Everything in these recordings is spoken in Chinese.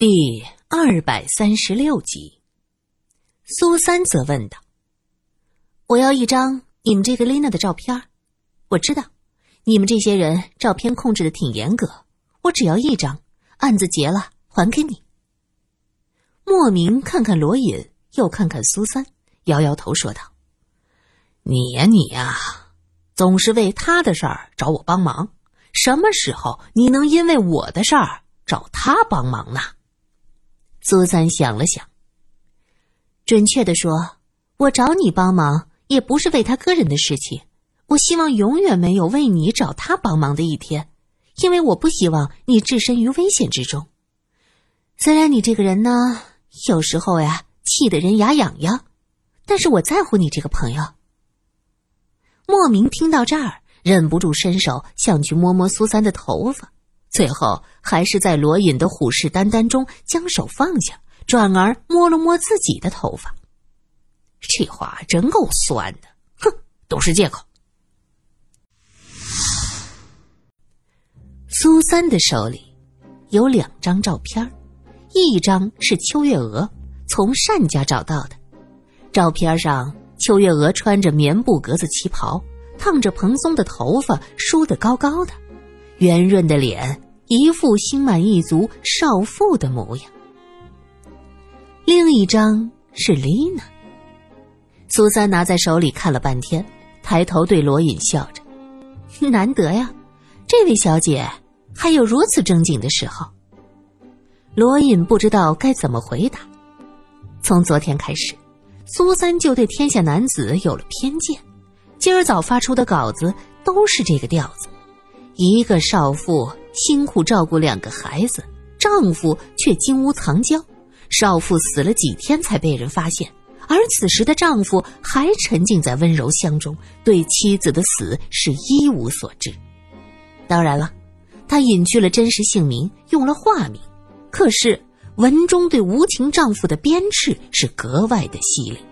第236集。苏三则问道：我要一张你们这个丽娜的照片。我知道你们这些人照片控制的挺严格，我只要一张，案子结了还给你。莫名看看罗隐，又看看苏三，摇摇头说道：你呀，总是为他的事儿找我帮忙，什么时候你能因为我的事儿找他帮忙呢？苏三想了想，准确地说，我找你帮忙也不是为他个人的事情，我希望永远没有为你找他帮忙的一天，因为我不希望你置身于危险之中。虽然你这个人呢，有时候呀，气得人牙痒痒，但是我在乎你这个朋友。莫名听到这儿，忍不住伸手想去摸摸苏三的头发，最后还是在罗隐的虎视眈眈中将手放下，转而摸了摸自己的头发。这话真够酸的，哼，都是借口。苏三的手里有2张照片，一张是邱月娥从单家找到的，照片上邱月娥穿着棉布格子旗袍，烫着蓬松的头发，梳得高高的，圆润的脸，一副心满意足少妇的模样。另一张是丽娜。苏三拿在手里看了半天，抬头对罗隐笑着：难得呀，这位小姐还有如此正经的时候。罗隐不知道该怎么回答。从昨天开始，苏三就对天下男子有了偏见，今儿早发出的稿子都是这个调子。一个少妇辛苦照顾2个孩子，丈夫却金屋藏娇，少妇死了几天才被人发现，而此时的丈夫还沉浸在温柔乡中，对妻子的死是一无所知。当然了，他隐去了真实姓名，用了化名，可是文中对无情丈夫的鞭笞是格外的犀利。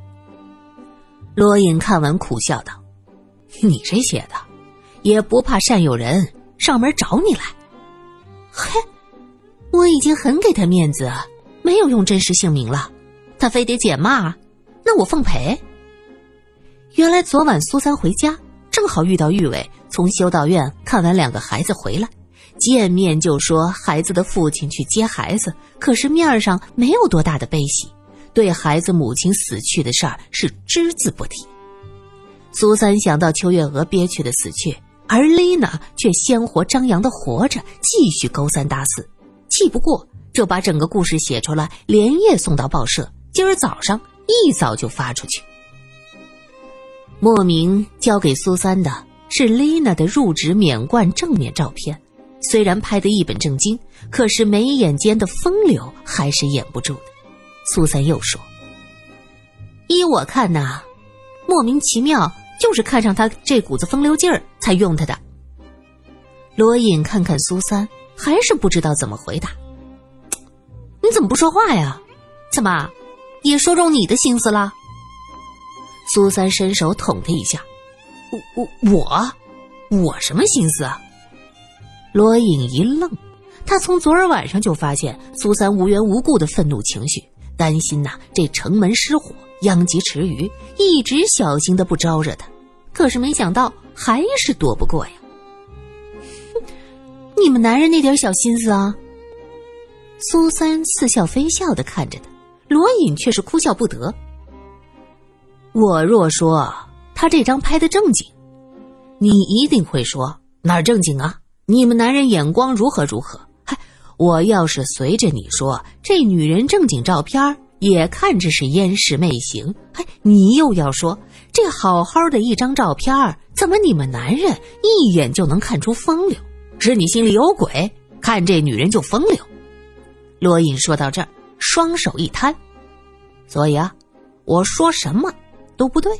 罗隐看完苦笑道：你这写的也不怕善有人上门找你来？嘿，我已经很给他面子，没有用真实姓名了，他非得减骂，那我奉陪。原来昨晚苏三回家，正好遇到玉伟从修道院看完2个孩子回来，见面就说孩子的父亲去接孩子，可是面上没有多大的悲喜，对孩子母亲死去的事儿是只字不提。苏三想到邱月娥憋屈的死去，而丽娜却鲜活张扬的活着，继续勾三搭四，气不过就把整个故事写出来，连夜送到报社，今儿早上一早就发出去。莫名交给苏三的是丽娜的入职免冠正面照片，虽然拍得一本正经，可是眉眼间的风流还是掩不住的。苏三又说：依我看呐，莫名其妙就是看上他这股子风流劲儿才用他的。罗隐看看苏三，还是不知道怎么回答。你怎么不说话呀？怎么也说中你的心思了？苏三伸手捅他一下。我什么心思啊？罗隐一愣，他从昨儿晚上就发现苏三无缘无故的愤怒情绪，担心这城门失火，殃及池鱼，一直小心的不招惹他，可是没想到还是躲不过呀。你们男人那点小心思啊？苏三似笑非笑地看着他，罗隐却是哭笑不得。我若说他这张拍得正经，你一定会说哪儿正经啊，你们男人眼光如何如何。我要是随着你说这女人正经照片也看着是燕世媚行，你又要说这好好的一张照片怎么你们男人一眼就能看出风流，是你心里有鬼，看这女人就风流。罗隐说到这儿，双手一摊，所以我说什么都不对。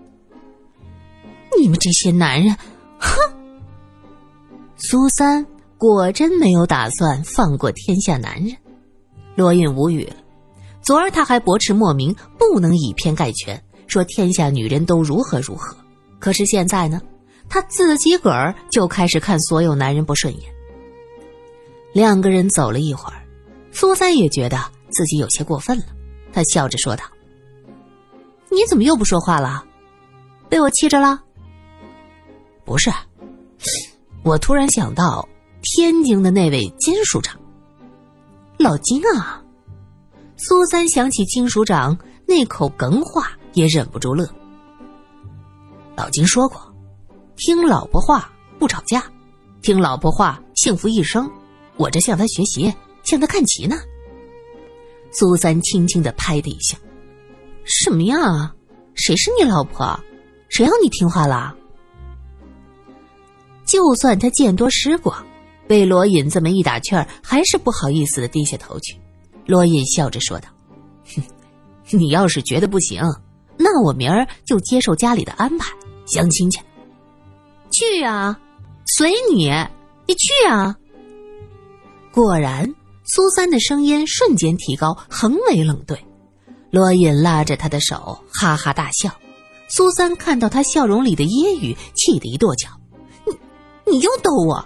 你们这些男人，哼！苏三果真没有打算放过天下男人。罗隐无语了，昨儿他还驳斥莫名不能以偏概全，说天下女人都如何如何，可是现在呢，他自己个儿就开始看所有男人不顺眼。2个人走了一会儿， 苏三也觉得自己有些过分了，他笑着说道：“你怎么又不说话了？被我气着了？”“不是，我突然想到天津的那位金署长。”“老金啊！”苏三想起金署长那口梗话，也忍不住乐。老金说过，听老婆话不吵架，听老婆话幸福一生。我这向他学习，向他看齐呢。苏三轻轻地拍的一下：“什么呀？谁是你老婆？谁要你听话了？”就算他见多识广，被罗隐这么一打趣儿，还是不好意思地低下头去。罗隐笑着说道：“哼，你要是觉得不行，那我明儿就接受家里的安排，相亲去。”“去啊，随你，你去啊。”果然，苏三的声音瞬间提高，横为冷对。罗隐拉着他的手，哈哈大笑。苏三看到他笑容里的揶揄，气得一跺脚：“你又逗我？”“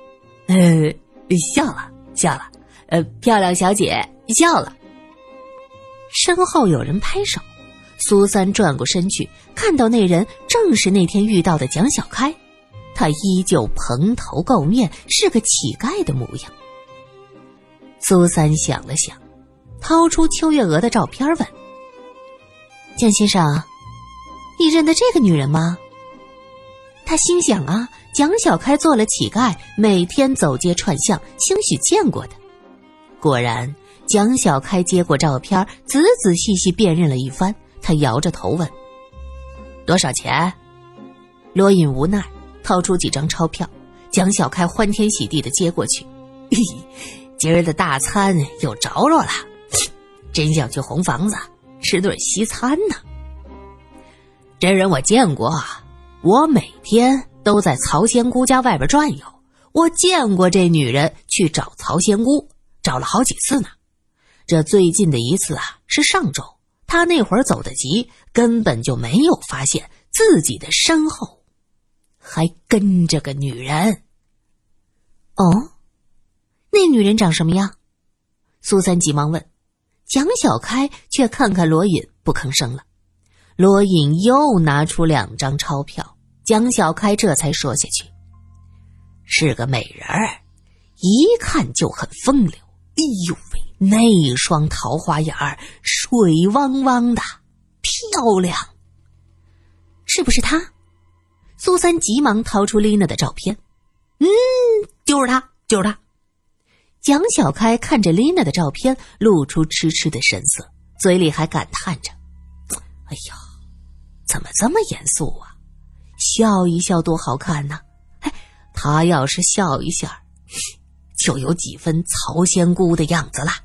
笑了，笑了。漂亮小姐笑了。”身后有人拍手，苏三转过身去，看到那人正是那天遇到的蒋小开，他依旧蓬头垢面，是个乞丐的模样。苏三想了想，掏出邱月娥的照片问：“蒋先生，你认得这个女人吗？”他心想啊，蒋小开做了乞丐，每天走街串巷，兴许见过的。果然，蒋小开接过照片，仔仔细细辨认了一番，他摇着头问：“多少钱？”罗隐无奈掏出几张钞票，蒋小开欢天喜地地接过去：“今儿的大餐有着落了，真想去红房子吃顿西餐呢。这人我见过，我每天都在曹仙姑家外边转悠，我见过这女人去找曹仙姑，找了好几次呢。这最近的一次啊，是上周，她那会儿走得急，根本就没有发现自己的身后还跟着个女人。”“哦，那女人长什么样？”苏三急忙问。蒋小开却看看罗隐，不吭声了。罗隐又拿出2张钞票，蒋小开这才说下去：“是个美人儿，一看就很风流。哎呦喂，那双桃花眼儿水汪汪的，漂亮。是不是她？”苏三急忙掏出丽娜的照片。“就是她，就是她。”蒋小开看着丽娜的照片，露出痴痴的神色，嘴里还感叹着：“哎呀，怎么这么严肃啊？笑一笑多好看呢！他要是笑一下，就有几分曹仙姑的样子了。”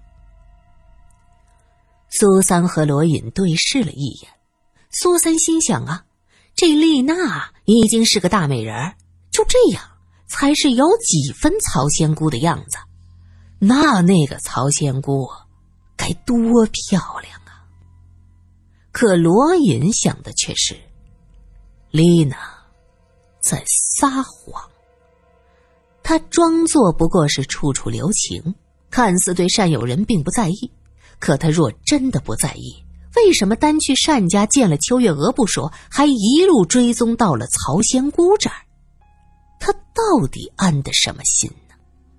苏三和罗隐对视了一眼，苏三心想啊，这丽娜已经是个大美人，就这样才是有几分曹仙姑的样子。那个曹仙姑该多漂亮啊！可罗隐想的却是，丽娜在撒谎。她装作不过是处处留情，看似对单有人并不在意。可她若真的不在意，为什么单去单家见了邱月娥不说，还一路追踪到了曹仙姑这儿？她到底安的什么心呢？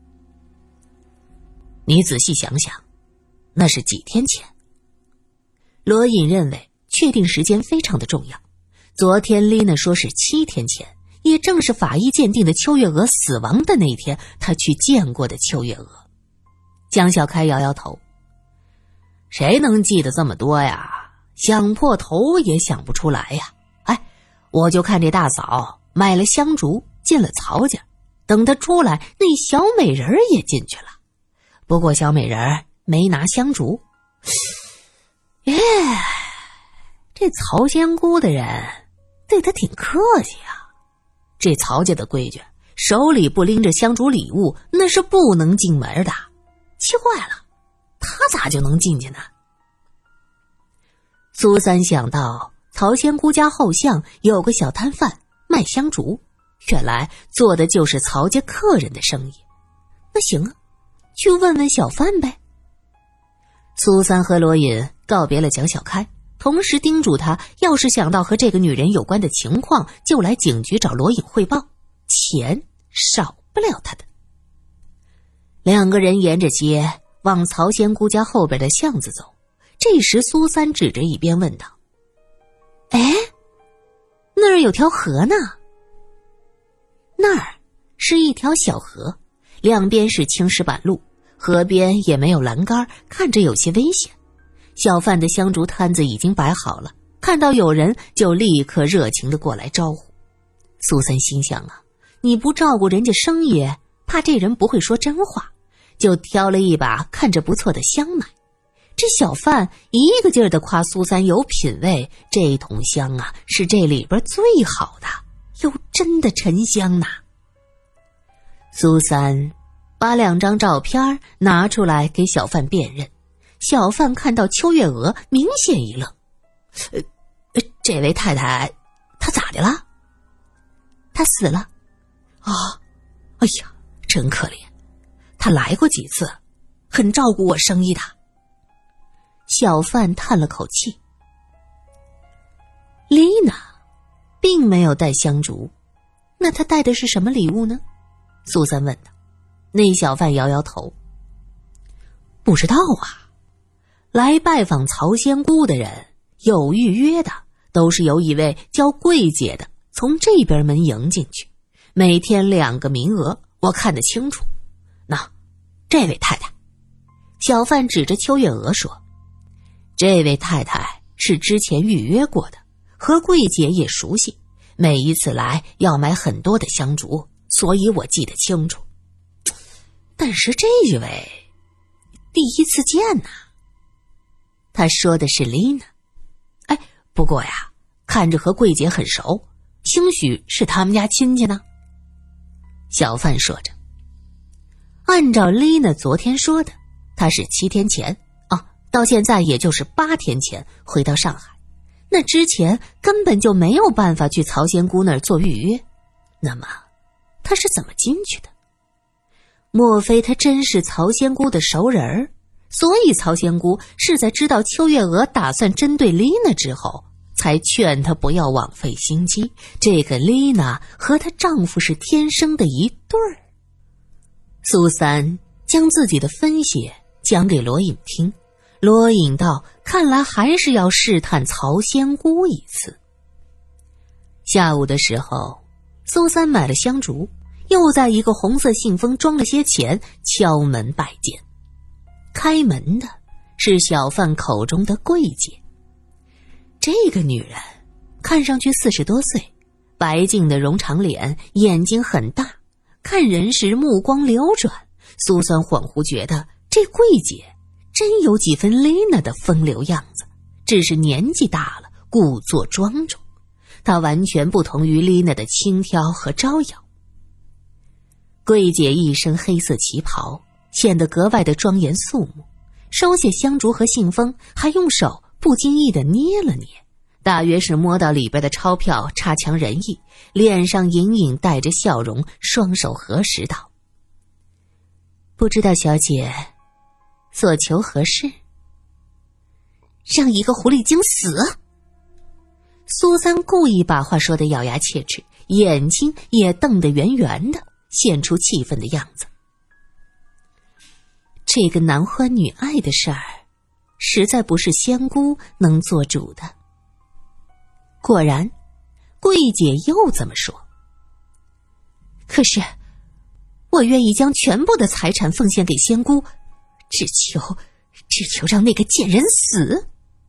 你仔细想想，那是几天前？罗隐认为确定时间非常的重要。昨天丽娜说是7天前，也正是法医鉴定的邱月娥死亡的那天，他去见过的邱月娥。江小开摇摇头：“谁能记得这么多呀？想破头也想不出来呀！我就看这大嫂买了香烛进了曹家，等她出来，那小美人也进去了。不过小美人没拿香烛。这曹仙姑的人对她挺客气啊。这曹家的规矩，手里不拎着香烛礼物，那是不能进门的。奇怪了，她咋就能进去呢？”苏三想到曹仙姑家后巷有个小摊贩卖香烛，原来做的就是曹家客人的生意。那行啊，去问问小贩呗。 苏三和罗隐告别了蒋小开，同时叮嘱他，要是想到和这个女人有关的情况，就来警局找罗隐汇报，钱少不了他的。两个人沿着街往曹仙姑家后边的巷子走，这时苏三指着一边问道：“哎，那儿有条河呢。”那儿是一条小河，两边是青石板路，河边也没有栏杆，看着有些危险。小贩的香烛摊子已经摆好了，看到有人就立刻热情地过来招呼。苏三心想啊，你不照顾人家生意，怕这人不会说真话，就挑了一把看着不错的香买。这小贩一个劲儿地夸苏三有品位，这桶香啊是这里边最好的，有真的沉香呐。苏三把2张照片拿出来给小贩辨认，小贩看到邱月娥明显一愣，这位太太她咋的了？她死了。啊，哎呀，真可怜，她来过几次，很照顾我生意的。小贩叹了口气。丽娜并没有带香烛，那她带的是什么礼物呢？苏三问道。那小贩摇摇头，不知道啊。来拜访曹仙姑的人有预约的，都是由一位叫桂姐的从这边门迎进去，每天2个名额，我看得清楚。那这位太太，小贩指着邱月娥说，这位太太是之前预约过的，和桂姐也熟悉，每一次来要买很多的香烛，所以我记得清楚。但是这位第一次见呐。他说的是丽娜。哎，不过呀，看着和桂姐很熟，兴许是他们家亲戚呢。小贩说着。按照丽娜昨天说的，她是7天前到现在也就是8天前回到上海，那之前根本就没有办法去曹仙姑那儿做预约。那么她是怎么进去的？莫非她真是曹仙姑的熟人儿？所以曹仙姑是在知道邱月娥打算针对丽娜之后，才劝她不要枉费心机，这个丽娜和她丈夫是天生的一对儿。苏三将自己的分析讲给罗隐听，罗隐道看来还是要试探曹仙姑一次。下午的时候，苏三买了香烛，又在一个红色信封装了些钱，敲门拜见。开门的是小贩口中的桂姐。这个女人看上去40多岁，白净的容长脸，眼睛很大，看人时目光流转。苏三恍惚觉得这桂姐真有几分丽娜的风流样子，只是年纪大了，故作庄重。她完全不同于丽娜的轻佻和招摇。桂姐一身黑色旗袍，显得格外的庄严肃穆，收下香烛和信封，还用手不经意地捏了捏，大约是摸到里边的钞票差强人意，脸上隐隐带着笑容，双手合十道：不知道小姐所求何事？让一个狐狸精死！苏三故意把话说得咬牙切齿，眼睛也瞪得圆圆的，现出气愤的样子。这个男欢女爱的事儿，实在不是仙姑能做主的。果然，桂姐又这么说。可是，我愿意将全部的财产奉献给仙姑，只求让那个贱人死。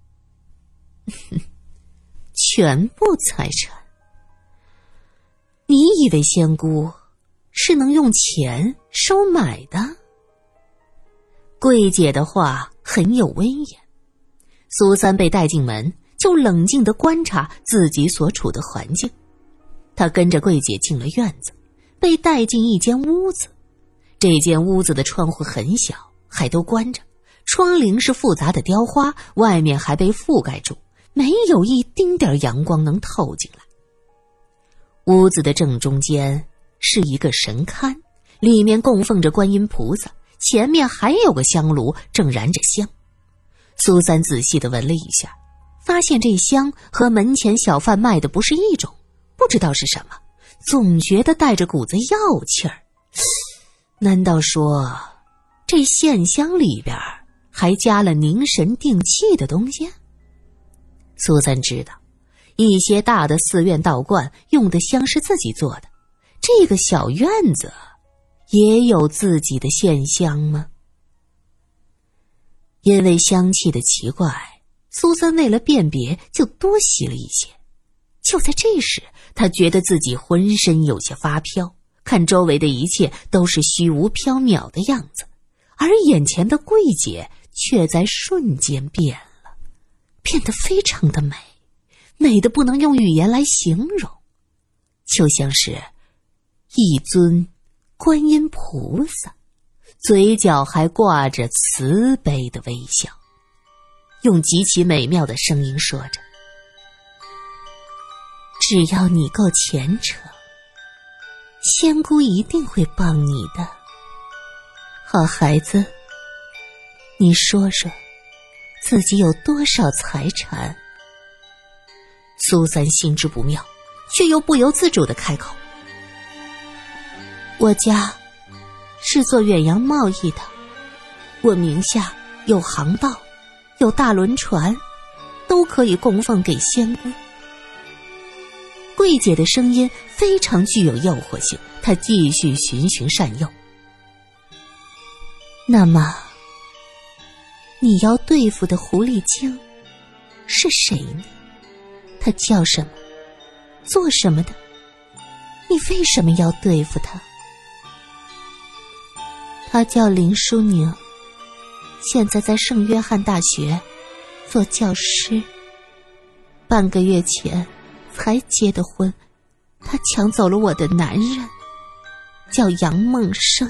全部财产？你以为仙姑是能用钱收买的？桂姐的话很有威严。苏三被带进门，就冷静地观察自己所处的环境。他跟着桂姐进了院子，被带进一间屋子。这间屋子的窗户很小，还都关着，窗棂是复杂的雕花，外面还被覆盖住，没有一丁点阳光能透进来。屋子的正中间是一个神龛，里面供奉着观音菩萨，前面还有个香炉正燃着香。 苏三仔细地闻了一下，发现这香和门前小贩卖的不是一种，不知道是什么，总觉得带着股子药气儿。难道说这线香里边还加了凝神定气的东西？苏三知道一些大的寺院道观用的香是自己做的，这个小院子也有自己的线香吗？因为香气的奇怪，苏三为了辨别就多吸了一些。就在这时，他觉得自己浑身有些发飘，看周围的一切都是虚无缥缈的样子，而眼前的桂姐却在瞬间变了，变得非常的美，美得不能用语言来形容，就像是一尊观音菩萨，嘴角还挂着慈悲的微笑，用极其美妙的声音说着：只要你够虔诚，仙姑一定会帮你的。好孩子，你说说自己有多少财产？苏三心知不妙，却又不由自主地开口：我家是做远洋贸易的，我名下有航道，有大轮船，都可以供奉给仙姑。桂姐的声音非常具有诱惑性，她继续循循善诱。那么你要对付的狐狸精是谁呢？他叫什么？做什么的？你为什么要对付他？他叫林淑宁，现在在圣约翰大学做教师。半个月前才结的婚，他抢走了我的男人，叫杨梦生。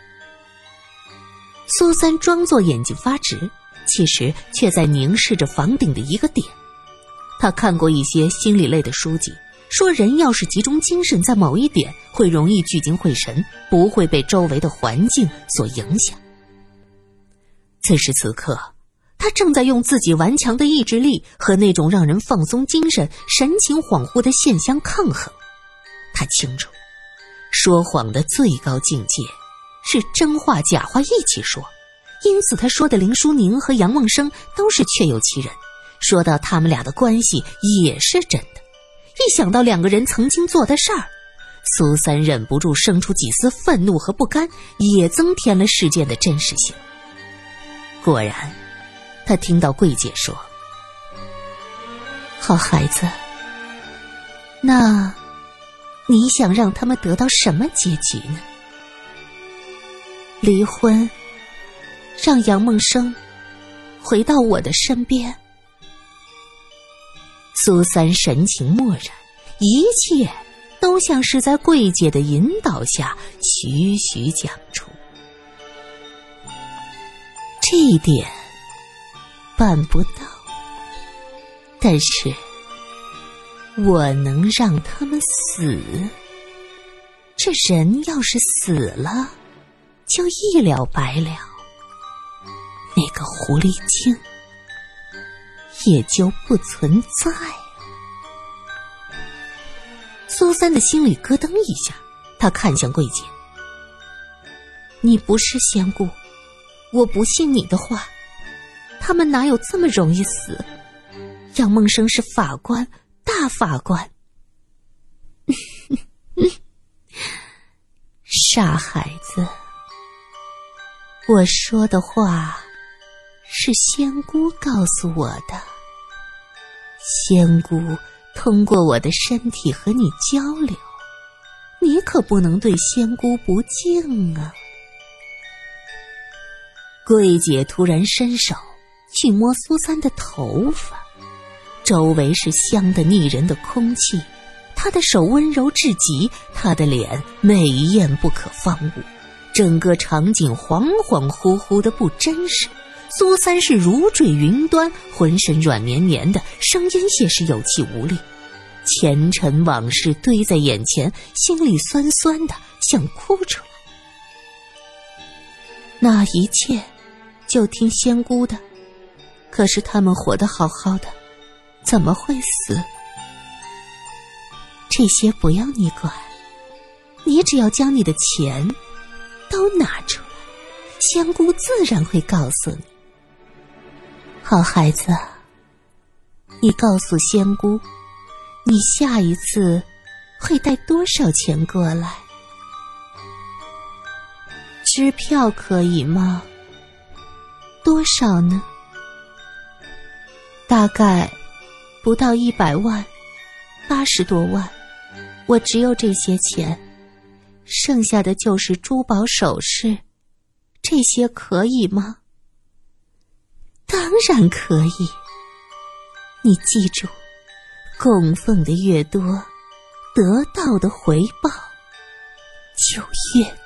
苏三装作眼睛发直，其实却在凝视着房顶的一个点。他看过一些心理类的书籍，说人要是集中精神在某一点，会容易聚精会神，不会被周围的环境所影响。此时此刻，他正在用自己顽强的意志力和那种让人放松精神、神情恍惚的现象抗衡。他清楚，说谎的最高境界是真话假话一起说，因此他说的林淑宁和杨梦生都是确有其人，说到他们俩的关系也是真的。一想到两个人曾经做的事儿，苏三忍不住生出几丝愤怒和不甘，也增添了事件的真实性。果然，他听到桂姐说：好孩子，那你想让他们得到什么结局呢？离婚，让杨梦生回到我的身边。苏三神情漠然，一切都像是在桂姐的引导下徐徐讲出。这一点办不到，但是我能让他们死。这人要是死了，就一了百了，那个狐狸精也就不存在了。苏三的心里咯噔一下，他看向桂姐：你不是仙姑，我不信你的话，他们哪有这么容易死？杨梦生是法官，大法官。傻孩子，我说的话是仙姑告诉我的。仙姑通过我的身体和你交流，你可不能对仙姑不敬啊。桂姐突然伸手去摸苏三的头发，周围是香得腻人的空气，她的手温柔至极，她的脸美艳不可方物，整个场景恍恍惚惚的不真实。苏三是如坠云端，浑身软绵绵的，声音也是有气无力。前尘往事堆在眼前，心里酸酸的，想哭出来。那一切就听仙姑的， 可是他们活得好好的，怎么会死？这些不要你管，你只要将你的钱都拿出来，仙姑自然会告诉你。好孩子，你告诉仙姑，你下一次会带多少钱过来？支票可以吗？多少呢？大概不到100万，80多万。我只有这些钱，剩下的就是珠宝首饰，这些可以吗？当然可以。你记住，供奉的越多，得到的回报就越多。